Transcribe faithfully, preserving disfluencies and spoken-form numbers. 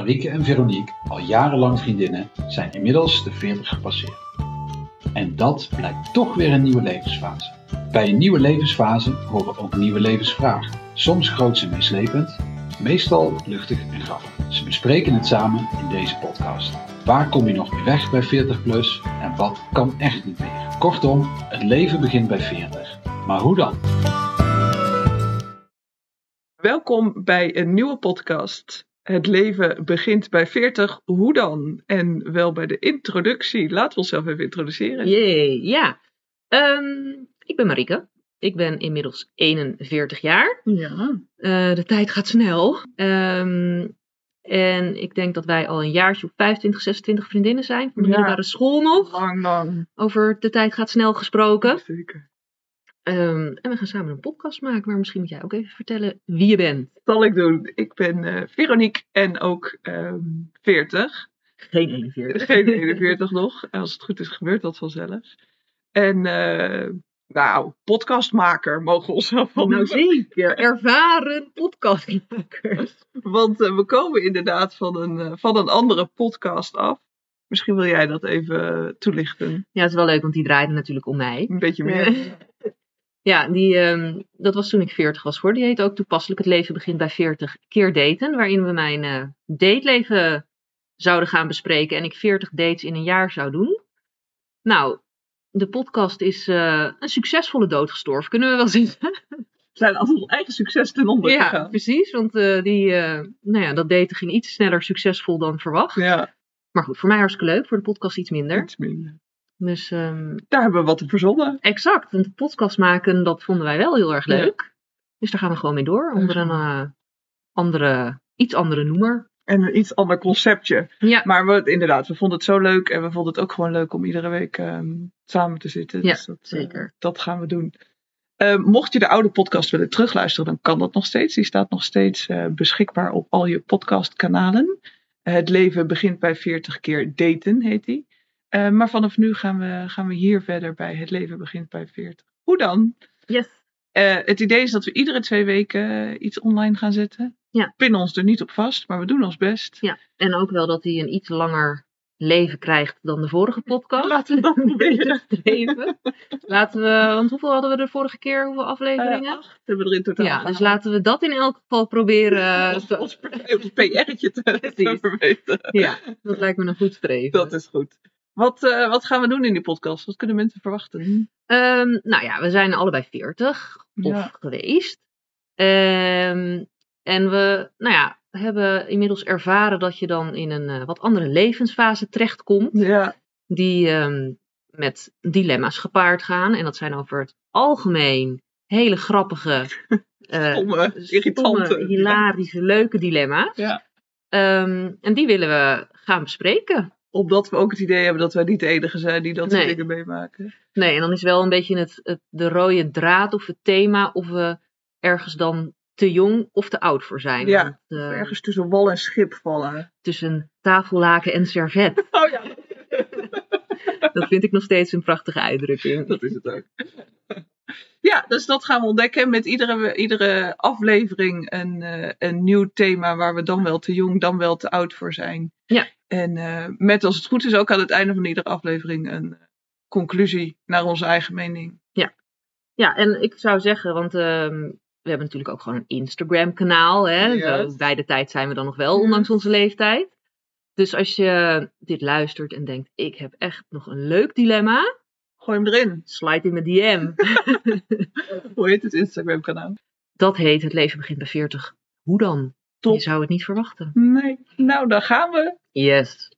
Marieke en Veronique, al jarenlang vriendinnen, zijn inmiddels de veertig gepasseerd. En dat blijkt toch weer een nieuwe levensfase. Bij een nieuwe levensfase horen ook nieuwe levensvragen. Soms groots en meeslepend, meestal luchtig en grappig. Ze bespreken het samen in deze podcast. Waar kom je nog mee weg bij veertig plus en wat kan echt niet meer? Kortom, het leven begint bij veertig. Maar hoe dan? Welkom bij een nieuwe podcast. Het leven begint bij veertig, hoe dan? En wel bij de introductie. Laten we onszelf even introduceren. Jee, ja. Um, ik ben Marieke. Ik ben inmiddels eenenveertig jaar. Ja. Uh, de tijd gaat snel. Um, en ik denk dat wij al een jaartje of vijfentwintig, zesentwintig vriendinnen zijn. Van de Ja. middelbare school nog. Lang, lang. Over de tijd gaat snel gesproken. Zeker. Um, en we gaan samen een podcast maken. Maar misschien moet jij ook even vertellen wie je bent. Zal ik doen. Ik ben uh, Veronique en ook um, veertig. Geen eenenveertig. Geen eenenveertig nog. Als het goed is gebeurt dat vanzelf. En uh, nou, podcastmaker mogen we onszelf wel Nou noemen. zeker. Ervaren podcastmakers. Want uh, we komen inderdaad van een, uh, van een andere podcast af. Misschien wil jij dat even toelichten. Ja, het is wel leuk, want die draaide natuurlijk om mij. Een beetje meer. Ja, die, um, dat was toen ik veertig was geworden. Die heet ook toepasselijk Het leven begint bij veertig keer daten. Waarin we mijn uh, dateleven zouden gaan bespreken. En ik veertig dates in een jaar zou doen. Nou, de podcast is uh, een succesvolle dood gestorven, kunnen we wel zeggen. We zijn als ons eigen succes ten onder Ja, gegaan. precies. Want uh, die, uh, nou ja, dat daten ging iets sneller succesvol dan verwacht. Ja. Maar goed, voor mij hartstikke leuk. Voor de podcast iets minder. Iets minder. Dus, um, daar hebben we wat te verzonnen. Exact, want de podcast maken, dat vonden wij wel heel erg leuk. Ja. Dus daar gaan we gewoon mee door, onder een uh, andere, iets andere noemer. En een iets ander conceptje. Ja. Maar we, inderdaad, we vonden het zo leuk en we vonden het ook gewoon leuk om iedere week um, samen te zitten. Ja, dus dat, zeker. Uh, dat gaan we doen. Uh, mocht je de oude podcast willen terugluisteren, dan kan dat nog steeds. Die staat nog steeds uh, beschikbaar op al je podcastkanalen. Uh, het leven begint bij veertig keer daten, heet die. Uh, maar vanaf nu gaan we, gaan we hier verder bij Het leven begint bij veertig. Hoe dan? Yes. Uh, het idee is dat we iedere twee weken iets online gaan zetten. Ja. Pinnen ons er niet op vast, maar we doen ons best. Ja, en ook wel dat hij een iets langer leven krijgt dan de vorige podcast. Laten we dat proberen. Even. Laten we, want hoeveel hadden we de vorige keer? Hoeveel afleveringen? Uh, acht hebben we er in totaal. Ja, dus laten we dat in elk geval proberen. Uh, ons, ons, ons P R'tje te, te verbeteren. Ja, dat lijkt me een goed streven. Dat is goed. Wat, uh, wat gaan we doen in die podcast? Wat kunnen mensen verwachten? Um, nou ja, we zijn allebei veertig of Ja. geweest. Um, en we, nou ja, hebben inmiddels ervaren dat je dan in een uh, wat andere levensfase terechtkomt. Ja. Die um, met dilemma's gepaard gaan. En dat zijn over het algemeen hele grappige, uh, stomme, irritante, stomme, hilarische, leuke dilemma's. Ja. Um, en die willen we gaan bespreken. Omdat we ook het idee hebben dat wij niet de enige zijn die dat soort Nee. dingen meemaken. Nee, en dan is wel een beetje het, het, de rode draad of het thema of we ergens dan te jong of te oud voor zijn. Ja, Want, uh, of ergens tussen wal en schip vallen. tussen tafellaken en servet. Oh ja. Dat vind ik nog steeds een prachtige uitdrukking. Dat is het ook. Ja, dus dat gaan we ontdekken. Met iedere, iedere aflevering een, uh, een nieuw thema waar we dan wel te jong, dan wel te oud voor zijn. Ja. En uh, met, als het goed is, ook aan het einde van iedere aflevering een uh, conclusie naar onze eigen mening. Ja, ja, en ik zou zeggen, want uh, we hebben natuurlijk ook gewoon een Instagram kanaal. Hè? Yes. Zo, bij de tijd zijn we dan nog wel, ondanks onze leeftijd. Dus als je dit luistert en denkt, ik heb echt nog een leuk dilemma. Gooi hem erin. Slide in mijn D M. Hoe heet het Instagram kanaal? Dat heet Het leven begint bij veertig. Hoe dan? Top. Je zou het niet verwachten. Nee. Nou, daar gaan we. Yes.